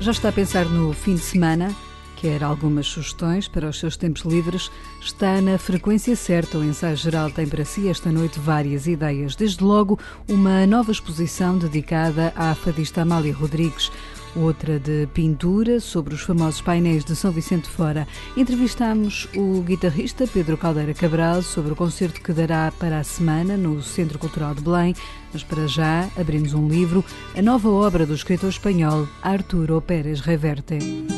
Já está a pensar no fim de semana? Quer algumas sugestões para os seus tempos livres? Está na frequência certa. O Ensaio Geral tem para si esta noite várias ideias. Desde logo, uma nova exposição dedicada à fadista Amália Rodrigues. Outra de pintura sobre os famosos painéis de São Vicente de Fora. Entrevistámos o guitarrista Pedro Caldeira Cabral sobre o concerto que dará para a semana no Centro Cultural de Belém. Mas para já abrimos um livro, a nova obra do escritor espanhol Arturo Pérez Reverte.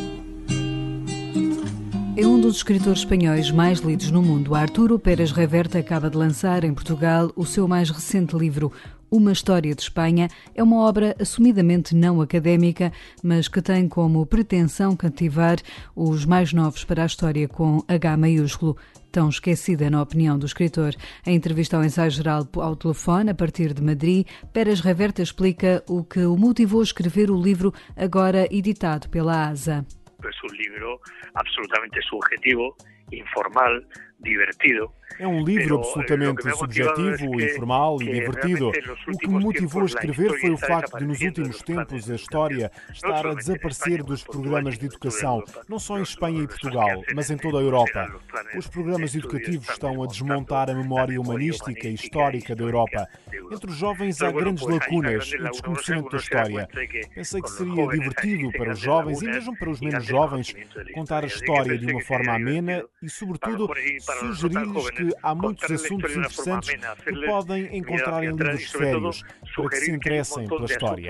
É um dos escritores espanhóis mais lidos no mundo. Arturo Pérez Reverte acaba de lançar em Portugal o seu mais recente livro, Uma História de Espanha. É uma obra assumidamente não académica, mas que tem como pretensão cativar os mais novos para a história com H maiúsculo, tão esquecida na opinião do escritor. Em entrevista ao Ensaio Geral ao telefone, a partir de Madrid, Pérez Reverte explica o que o motivou a escrever o livro agora editado pela ASA. Es un libro absolutamente subjetivo, informal, divertido. É um livro absolutamente subjetivo, informal e divertido. O que me motivou a escrever foi o facto de, nos últimos tempos, a história estar a desaparecer dos programas de educação, não só em Espanha e Portugal, mas em toda a Europa. Os programas educativos estão a desmontar a memória humanística e histórica da Europa. Entre os jovens há grandes lacunas e desconhecimento da história. Pensei que seria divertido para os jovens e mesmo para os menos jovens contar a história de uma forma amena e, sobretudo, sugerir-lhes que há muitos assuntos interessantes que podem encontrar em livros sérios para que se interessem pela história.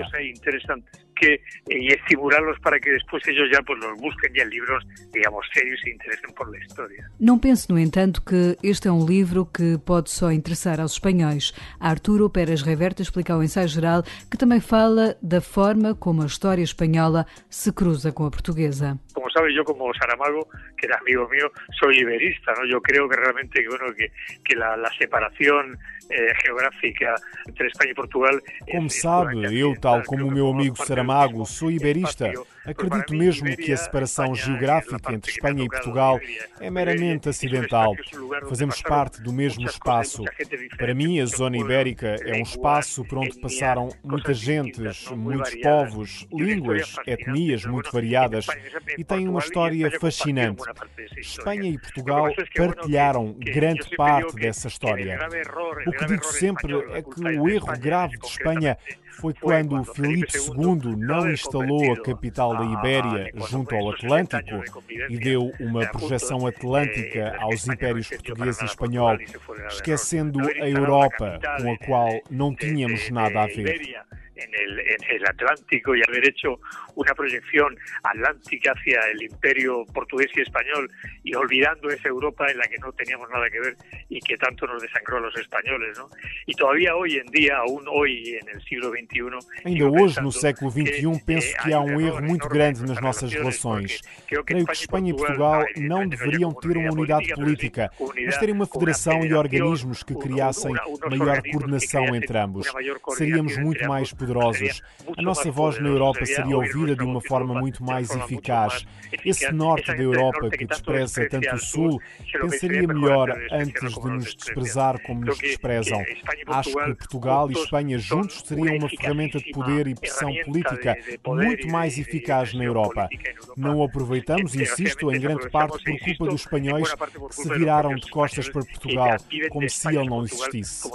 Y estimularlos para que después ellos ya los busquen ya en libros, digamos, serios e interesen por la historia. Não pense, no entanto, que este é um livro que pode só interessar aos espanhóis. Arturo Pérez Reverte explica ao Ensaio Geral que também fala da forma como a história espanhola se cruza com a portuguesa. Como sabes, yo como Saramago, que era amigo mío, soy iberista, ¿no? Yo creo que realmente que la separación geográfica entre Espanha e Portugal. Como sabe, eu, tal como o meu amigo Saramago, sou iberista. Acredito mesmo que a separação geográfica entre Espanha e Portugal é meramente acidental. Fazemos parte do mesmo espaço. Para mim, a zona ibérica é um espaço por onde passaram muitas gentes, muitos povos, línguas, etnias muito variadas e tem uma história fascinante. Espanha e Portugal partilharam grande parte dessa história. O que digo sempre é que o erro grave de Espanha foi quando Filipe II não instalou a capital da Ibéria junto ao Atlântico e deu uma projeção atlântica aos impérios português e espanhol, esquecendo a Europa, com a qual não tínhamos nada a ver. En el Atlántico y haber hecho una proyección atlántica hacia el imperio portugués y español y olvidando esa Europa en la que no teníamos nada que ver y que tanto nos desangró a los españoles, ¿no? Y todavía hoy en día, aún hoy en el siglo XXI... Ainda hoje, no século XXI, penso que há um erro muito grande nas nossas relações. Creio que Espanha e Portugal não deveriam ter uma unidade política, mas terem uma federação e organismos que criassem maior coordenação entre ambos. Seríamos muito mais poderosos. A nossa voz na Europa seria ouvida de uma forma muito mais eficaz. Esse norte da Europa que despreza tanto o sul, pensaria melhor antes de nos desprezar como nos desprezam. Acho que Portugal e Espanha juntos seriam uma ferramenta de poder e pressão política muito mais eficaz na Europa. Não o aproveitamos, insisto, em grande parte por culpa dos espanhóis que se viraram de costas para Portugal, como se ele não existisse.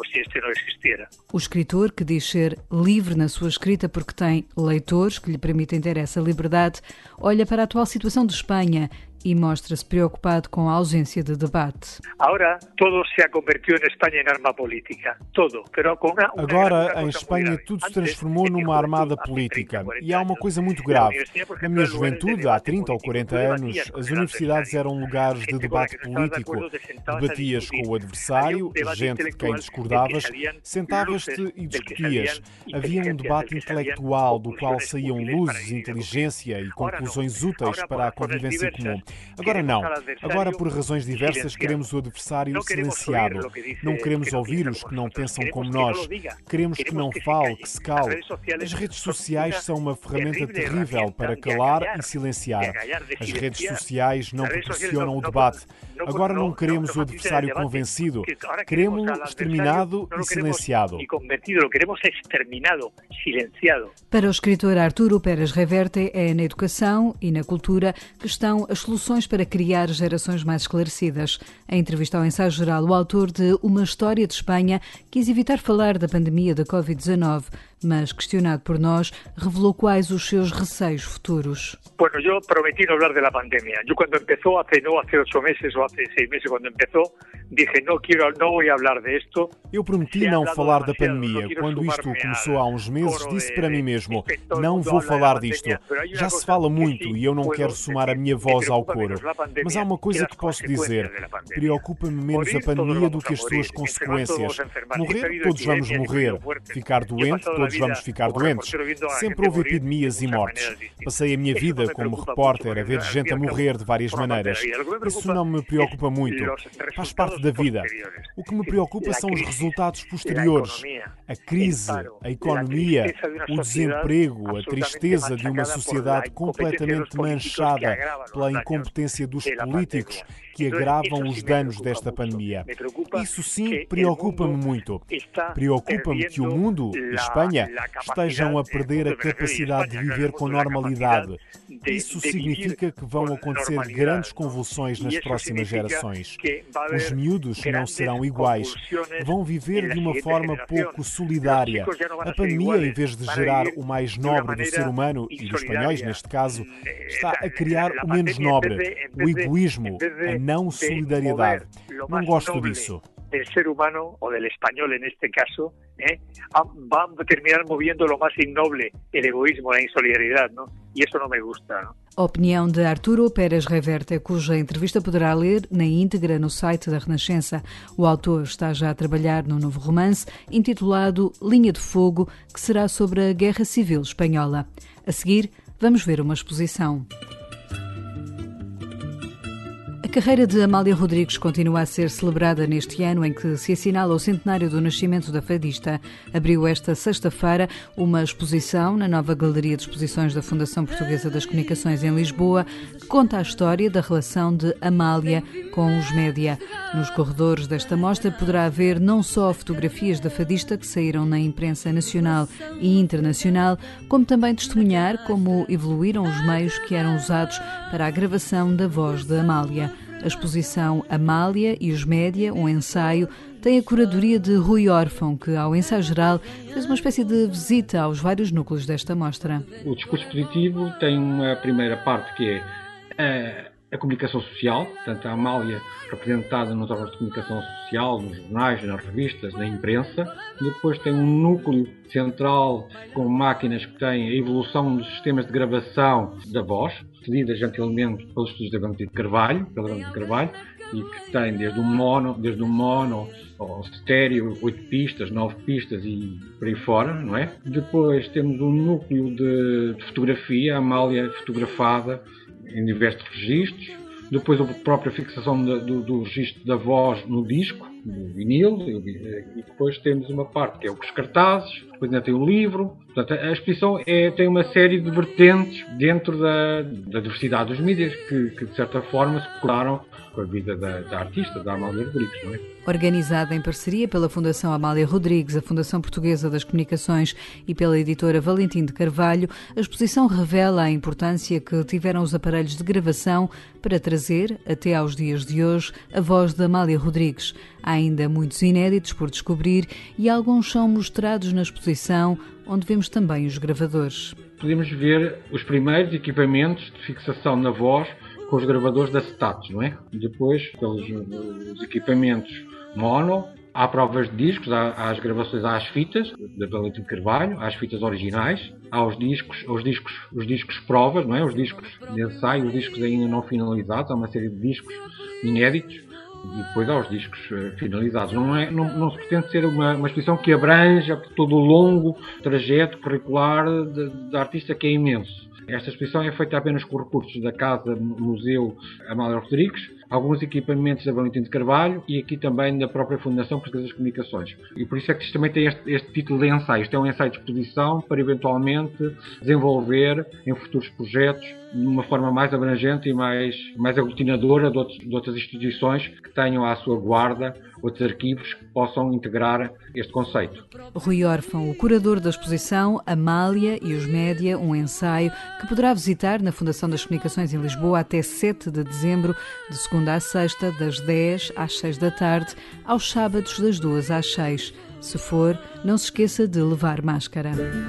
O escritor, que diz ser livre na sua escrita porque tem leitores que lhe permitem ter essa liberdade, olha para a atual situação de Espanha e mostra-se preocupado com a ausência de debate. Agora, todo se ha convertido en España en arma política. Todo. Agora, em Espanha, tudo se transformou numa armada política. E há uma coisa muito grave. Na minha juventude, há 30 ou 40 anos, as universidades eram lugares de debate político. Debatias com o adversário, gente de quem discordavas, sentavas-te e discutias. Havia um debate intelectual do qual saíam luzes, inteligência e conclusões úteis para a convivência comum. Agora não. Agora, por razões diversas, queremos o adversário silenciado. Não queremos ouvir os que não pensam como nós. Queremos que não fale, que se cale. As redes sociais são uma ferramenta terrível para calar e silenciar. As redes sociais não proporcionam o debate. Agora não queremos o adversário convencido. Queremos-lo exterminado e silenciado. Para o escritor Arturo Pérez Reverte, é na educação e na cultura que estão as soluções para criar gerações mais esclarecidas. Em entrevista ao Ensaio Geral, o autor de Uma História de Espanha quis evitar falar da pandemia da Covid-19, mas, questionado por nós, revelou quais os seus receios futuros. Bueno, yo prometí no hablar de la pandemia. Yo cuando empezó, hace 8 meses o hace 6 meses cuando empezó, dije no voy a hablar de esto. Eu prometi não falar da pandemia. Quando isto começou há uns meses, disse para mim mesmo, não vou falar disto. Já se fala muito e eu não quero somar a minha voz ao coro. Mas há uma coisa que posso dizer. Preocupa-me menos a pandemia do que as suas consequências. Morrer, todos vamos morrer. Ficar doente, todos vamos ficar doentes. Sempre houve epidemias e mortes. Passei a minha vida como repórter a ver gente a morrer de várias maneiras. Isso não me preocupa muito. Faz parte da vida. O que me preocupa são os resultados posteriores. A crise, a economia, o desemprego, a tristeza de uma sociedade completamente manchada pela incompetência dos políticos que agravam os danos desta pandemia. Isso sim preocupa-me muito. Preocupa-me que o mundo e Espanha estejam a perder a capacidade de viver com normalidade. Isso significa que vão acontecer grandes convulsões nas próximas gerações. Os miúdos não serão iguais. Vão viver de uma forma pouco solidária. A pandemia, em vez de gerar o mais nobre do ser humano, e dos espanhóis neste caso, está a criar o menos nobre, o egoísmo, a não solidariedade. Não gosto disso. Del ser humano o del español en este caso, va a terminar moviendo lo más innoble, el egoísmo, la insolidaridad, ¿no? Y eso no me gusta, ¿no? A opinião de Arturo Pérez Reverte, cuja entrevista poderá ler na íntegra no site da Renascença. O autor está já a trabalhar num novo romance intitulado Linha de Fogo, que será sobre a Guerra Civil Espanhola. A seguir, vamos ver uma exposição. A carreira de Amália Rodrigues continua a ser celebrada neste ano em que se assinala o centenário do nascimento da fadista. Abriu esta sexta-feira uma exposição na nova Galeria de Exposições da Fundação Portuguesa das Comunicações em Lisboa, que conta a história da relação de Amália com os média. Nos corredores desta mostra poderá ver não só fotografias da fadista que saíram na imprensa nacional e internacional, como também testemunhar como evoluíram os meios que eram usados para a gravação da voz de Amália. A exposição Amália e os Média, um ensaio, tem a curadoria de Rui Órfão, que, ao Ensaio Geral, fez uma espécie de visita aos vários núcleos desta mostra. O discurso positivo tem uma primeira parte que é a comunicação social, portanto a Amália representada nos órgãos de comunicação social, nos jornais, nas revistas, na imprensa. Depois tem um núcleo central com máquinas que têm a evolução dos sistemas de gravação da voz, cedidas gentilmente pelos estudos da Valentino de Carvalho, e que tem desde um mono ao estéreo, 8 pistas, 9 pistas e por aí fora, não é? Depois temos um núcleo de fotografia, a Amália fotografada em diversos registros. Depois a própria fixação do registro da voz no disco, no vinil, e depois temos uma parte que é os cartazes, depois ainda tem o livro. Portanto, a exposição tem uma série de vertentes dentro da diversidade dos mídias que de certa forma se colaram com a vida da artista, da Amália Rodrigues, não é? Organizada em parceria pela Fundação Amália Rodrigues, a Fundação Portuguesa das Comunicações e pela editora Valentim de Carvalho, a exposição revela a importância que tiveram os aparelhos de gravação para trazer, até aos dias de hoje, a voz de Amália Rodrigues. Há ainda muitos inéditos por descobrir e alguns são mostrados na exposição, onde vemos também os gravadores. Podemos ver os primeiros equipamentos de fixação na voz com os gravadores de acetatos, não é? Depois, pelos equipamentos mono, há provas de discos, há as gravações, há as fitas da Valentim de Carvalho, há as fitas originais, há os discos provas, não é? Os discos de ensaio, os discos ainda não finalizados, há uma série de discos inéditos. e depois aos discos finalizados. Não se pretende ser uma exposição que abranja todo o longo trajeto curricular da artista, que é imenso. Esta exposição é feita apenas com recursos da Casa Museu Amália Rodrigues, alguns equipamentos da Valentim de Carvalho e aqui também da própria Fundação Portuguesa das Comunicações. E por isso é que isto também tem este título de ensaio. Isto é um ensaio de exposição para eventualmente desenvolver em futuros projetos de uma forma mais abrangente e mais aglutinadora de outras instituições que tenham à sua guarda outros arquivos que possam integrar este conceito. Rui Órfão, o curador da exposição Amália e os Média, um ensaio que poderá visitar na Fundação das Comunicações em Lisboa até 7 de dezembro, de segunda à sexta, das 10 às 6 da tarde, aos sábados das 2 às 6. Se for, não se esqueça de levar máscara.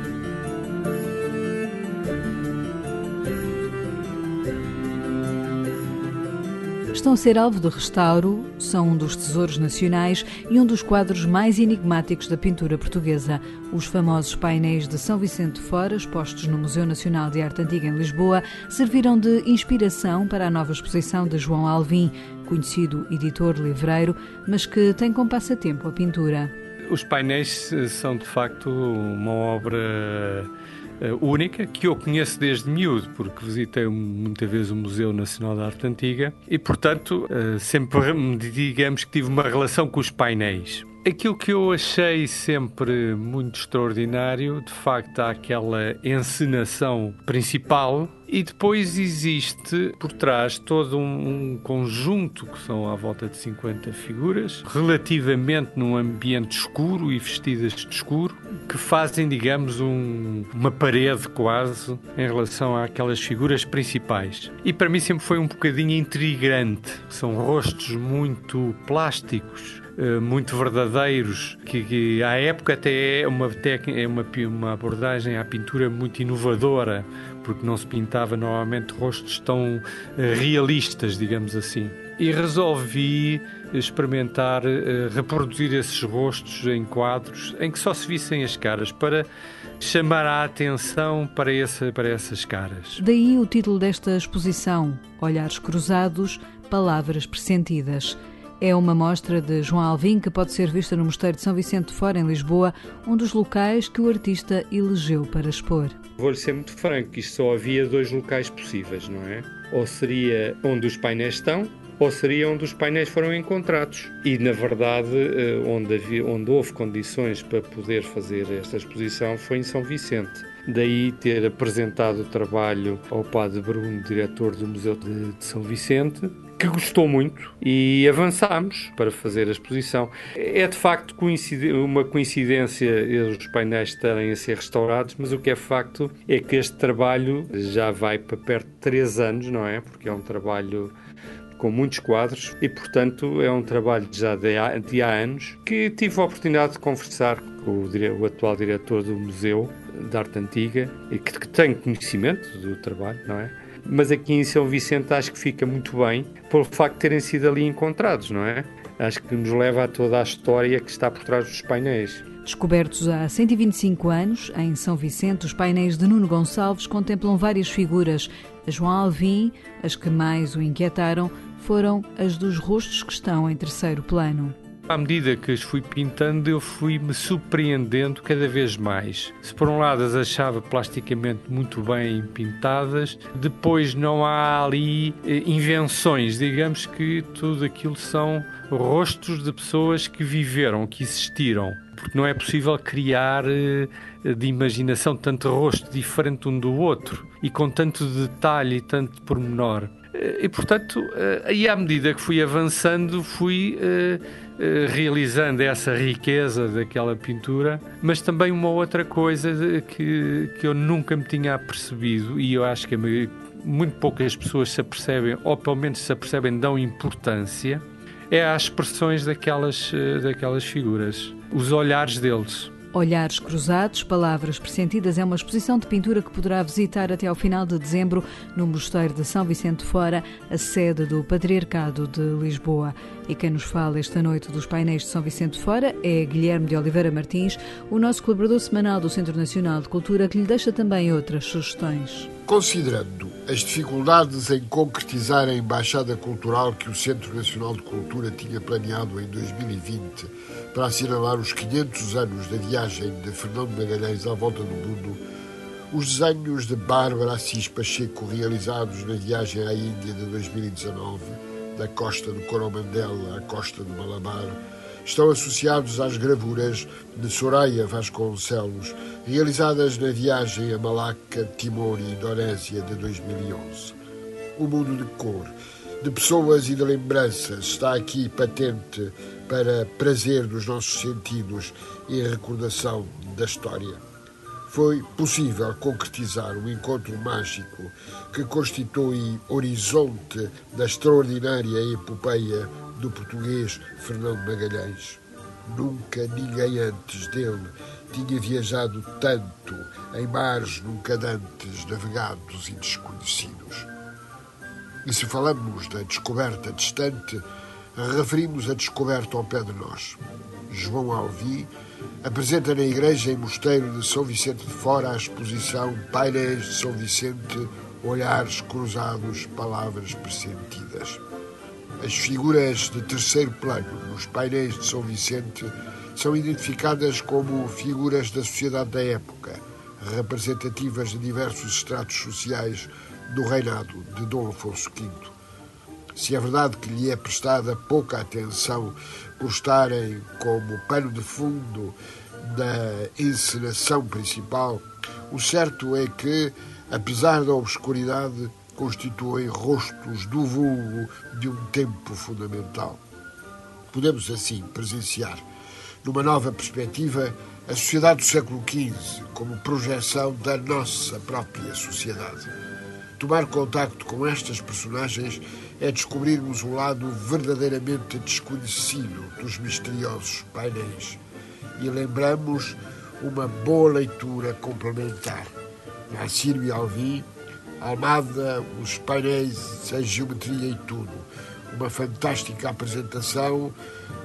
Estão a ser alvo de restauro, são um dos tesouros nacionais e um dos quadros mais enigmáticos da pintura portuguesa. Os famosos painéis de São Vicente de Fora, expostos no Museu Nacional de Arte Antiga em Lisboa, serviram de inspiração para a nova exposição de João Alvim, conhecido editor livreiro, mas que tem como passatempo a pintura. Os painéis são, de facto, uma obra única, que eu conheço desde miúdo, porque visitei muitas vezes o Museu Nacional de Arte Antiga e, portanto, sempre, digamos que tive uma relação com os painéis. Aquilo que eu achei sempre muito extraordinário, de facto, há aquela encenação principal e depois existe por trás todo um conjunto, que são à volta de 50 figuras, relativamente num ambiente escuro e vestidas de escuro, que fazem, digamos, uma parede quase em relação àquelas figuras principais. E para mim sempre foi um bocadinho intrigante. São rostos muito plásticos, muito verdadeiros, que à época até é uma abordagem à pintura muito inovadora, porque não se pintava normalmente rostos tão realistas, digamos assim. E resolvi experimentar reproduzir esses rostos em quadros em que só se vissem as caras, para chamar a atenção para essas caras. Daí o título desta exposição, Olhares Cruzados, Palavras Pressentidas. É uma mostra de João Alvim que pode ser vista no Mosteiro de São Vicente de Fora, em Lisboa, um dos locais que o artista elegeu para expor. Vou-lhe ser muito franco, isto só havia 2 locais possíveis, não é? Ou seria onde os painéis estão, ou seria onde os painéis foram encontrados. E, na verdade, onde houve condições para poder fazer esta exposição foi em São Vicente. Daí ter apresentado o trabalho ao Padre Bruno, diretor do Museu de São Vicente, que gostou muito, e avançámos para fazer a exposição. É de facto uma coincidência os painéis estarem a ser restaurados, mas o que é facto é que este trabalho já vai para perto de 3 anos, não é? Porque é um trabalho com muitos quadros e, portanto, é um trabalho já de há anos, que tive a oportunidade de conversar com o atual diretor do Museu de Arte Antiga e que tem conhecimento do trabalho, não é? Mas aqui em São Vicente acho que fica muito bem pelo facto de terem sido ali encontrados, não é? Acho que nos leva a toda a história que está por trás dos painéis. Descobertos há 125 anos, em São Vicente, os painéis de Nuno Gonçalves contemplam várias figuras. A João Alvim, as que mais o inquietaram foram as dos rostos que estão em terceiro plano. À medida que as fui pintando, eu fui-me surpreendendo cada vez mais. Se por um lado as achava plasticamente muito bem pintadas, depois não há ali invenções, digamos que tudo aquilo são rostos de pessoas que viveram, que existiram. Porque não é possível criar de imaginação tanto rosto diferente um do outro e com tanto detalhe e tanto pormenor. E, portanto, aí à medida que fui avançando, fui realizando essa riqueza daquela pintura, mas também uma outra coisa que eu nunca me tinha apercebido, e eu acho que muito poucas pessoas se apercebem, ou pelo menos se apercebem, dão importância, é às expressões daquelas figuras, os olhares deles. Olhares Cruzados, Palavras Pressentidas é uma exposição de pintura que poderá visitar até ao final de dezembro no Mosteiro de São Vicente de Fora, a sede do Patriarcado de Lisboa. E quem nos fala esta noite dos painéis de São Vicente de Fora é Guilherme de Oliveira Martins, o nosso colaborador semanal do Centro Nacional de Cultura, que lhe deixa também outras sugestões. Considerando as dificuldades em concretizar a embaixada cultural que o Centro Nacional de Cultura tinha planeado em 2020 para assinalar os 500 anos da viagem de Fernando Magalhães à volta do mundo, os desenhos de Bárbara Assis Pacheco realizados na viagem à Índia de 2019, da costa do Coromandel à costa do Malabar, estão associados às gravuras de Soraya Vasconcelos, realizadas na viagem a Malaca, Timor e Indonésia de 2011. O mundo de cor, de pessoas e de lembranças está aqui patente para prazer dos nossos sentidos e recordação da história. Foi possível concretizar um encontro mágico que constitui horizonte da extraordinária epopeia do português Fernando Magalhães. Nunca ninguém antes dele tinha viajado tanto em mares nunca dantes navegados e desconhecidos. E se falamos da descoberta distante, referimos a descoberta ao pé de nós. João Alvi apresenta na igreja e mosteiro de São Vicente de Fora a exposição Painéis de São Vicente, Olhares Cruzados, Palavras Pressentidas. As figuras de terceiro plano nos painéis de São Vicente são identificadas como figuras da sociedade da época, representativas de diversos estratos sociais do reinado de Dom Afonso V. Se é verdade que lhe é prestada pouca atenção por estarem como pano de fundo da encenação principal, o certo é que, apesar da obscuridade, constituem rostos do vulgo de um tempo fundamental. Podemos, assim, presenciar, numa nova perspectiva, a sociedade do século XV como projeção da nossa própria sociedade. Tomar contacto com estas personagens é descobrirmos um lado verdadeiramente desconhecido dos misteriosos painéis e lembramos uma boa leitura complementar. Assírio e Alvi, Almada, os painéis, a geometria e tudo. Uma fantástica apresentação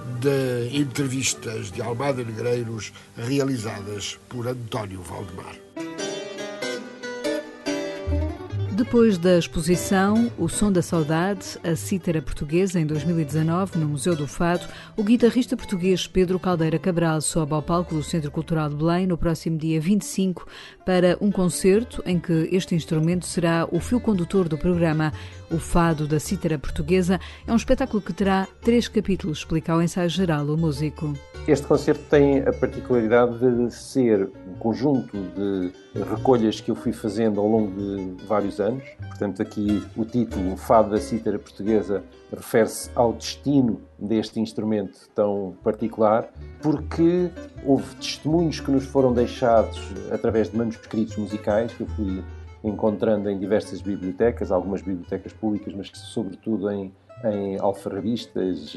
de entrevistas de Almada Negreiros realizadas por António Valdemar. Depois da exposição O Som da Saudade, a cítara portuguesa, em 2019, no Museu do Fado, o guitarrista português Pedro Caldeira Cabral sobe ao palco do Centro Cultural de Belém no próximo dia 25 para um concerto em que este instrumento será o fio condutor do programa. O Fado da Cítara Portuguesa é um espetáculo que terá 3 capítulos, explica ao ensaio geral o músico. Este concerto tem a particularidade de ser um conjunto de recolhas que eu fui fazendo ao longo de vários anos. Portanto, aqui o título, o Fado da Cítara Portuguesa, refere-se ao destino deste instrumento tão particular, porque houve testemunhos que nos foram deixados através de manuscritos musicais que eu fui encontrando em diversas bibliotecas, algumas bibliotecas públicas, mas sobretudo em alfarrabistas,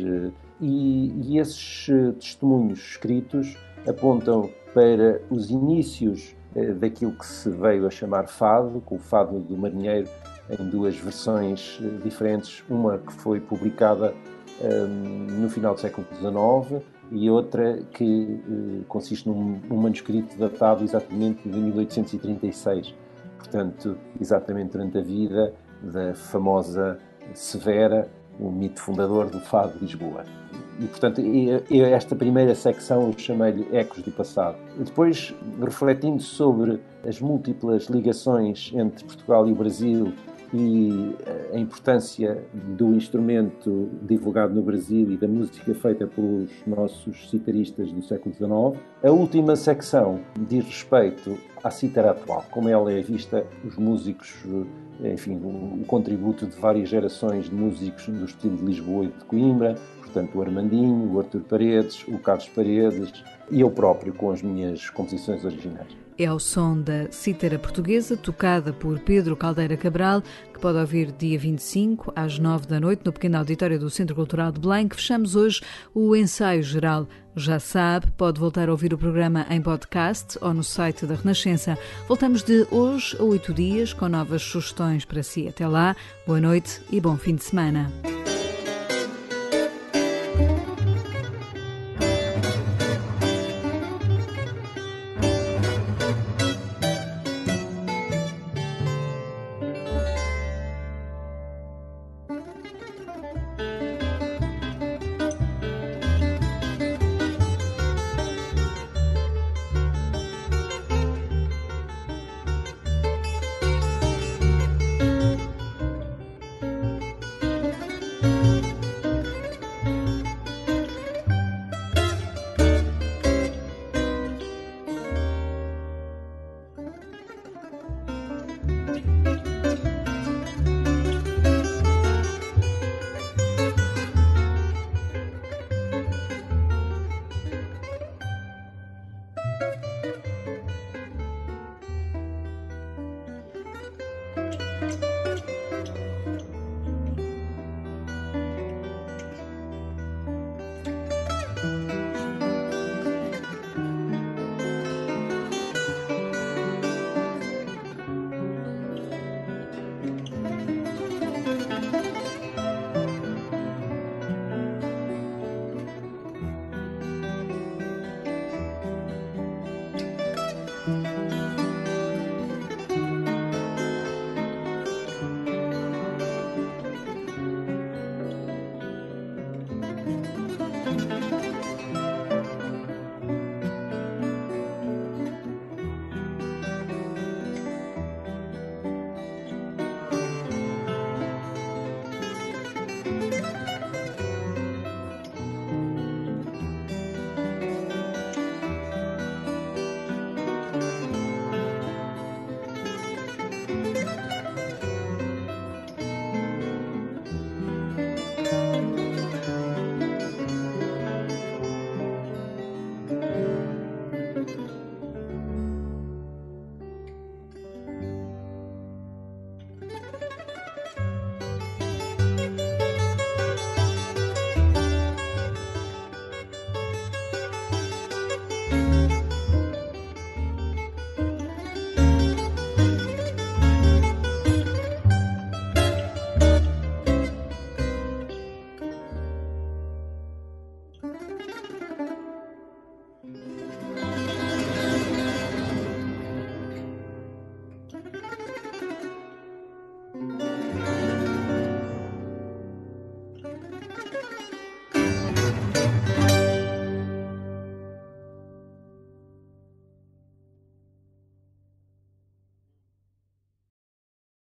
e esses testemunhos escritos apontam para os inícios daquilo que se veio a chamar fado, com o Fado do Marinheiro em 2 versões diferentes, uma que foi publicada no final do século XIX e outra que consiste num manuscrito datado exatamente de 1836, portanto, exatamente durante a vida da famosa Severa, o mito fundador do Fado de Lisboa. E, portanto, esta primeira secção eu chamei-lhe Ecos do Passado. Depois, refletindo sobre as múltiplas ligações entre Portugal e o Brasil e a importância do instrumento divulgado no Brasil e da música feita pelos nossos citaristas do século XIX, a última secção diz respeito à cítara atual, como ela é vista, os músicos, enfim, o contributo de várias gerações de músicos do estilo de Lisboa e de Coimbra, portanto o Armandinho, o Artur Paredes, o Carlos Paredes e eu próprio com as minhas composições originais. É ao som da cítara portuguesa, tocada por Pedro Caldeira Cabral, que pode ouvir dia 25, às 9 da noite, no pequeno auditório do Centro Cultural de Belém, que fechamos hoje o ensaio geral. Já sabe, pode voltar a ouvir o programa em podcast ou no site da Renascença. Voltamos de hoje a 8 dias com novas sugestões para si. Até lá, boa noite e bom fim de semana.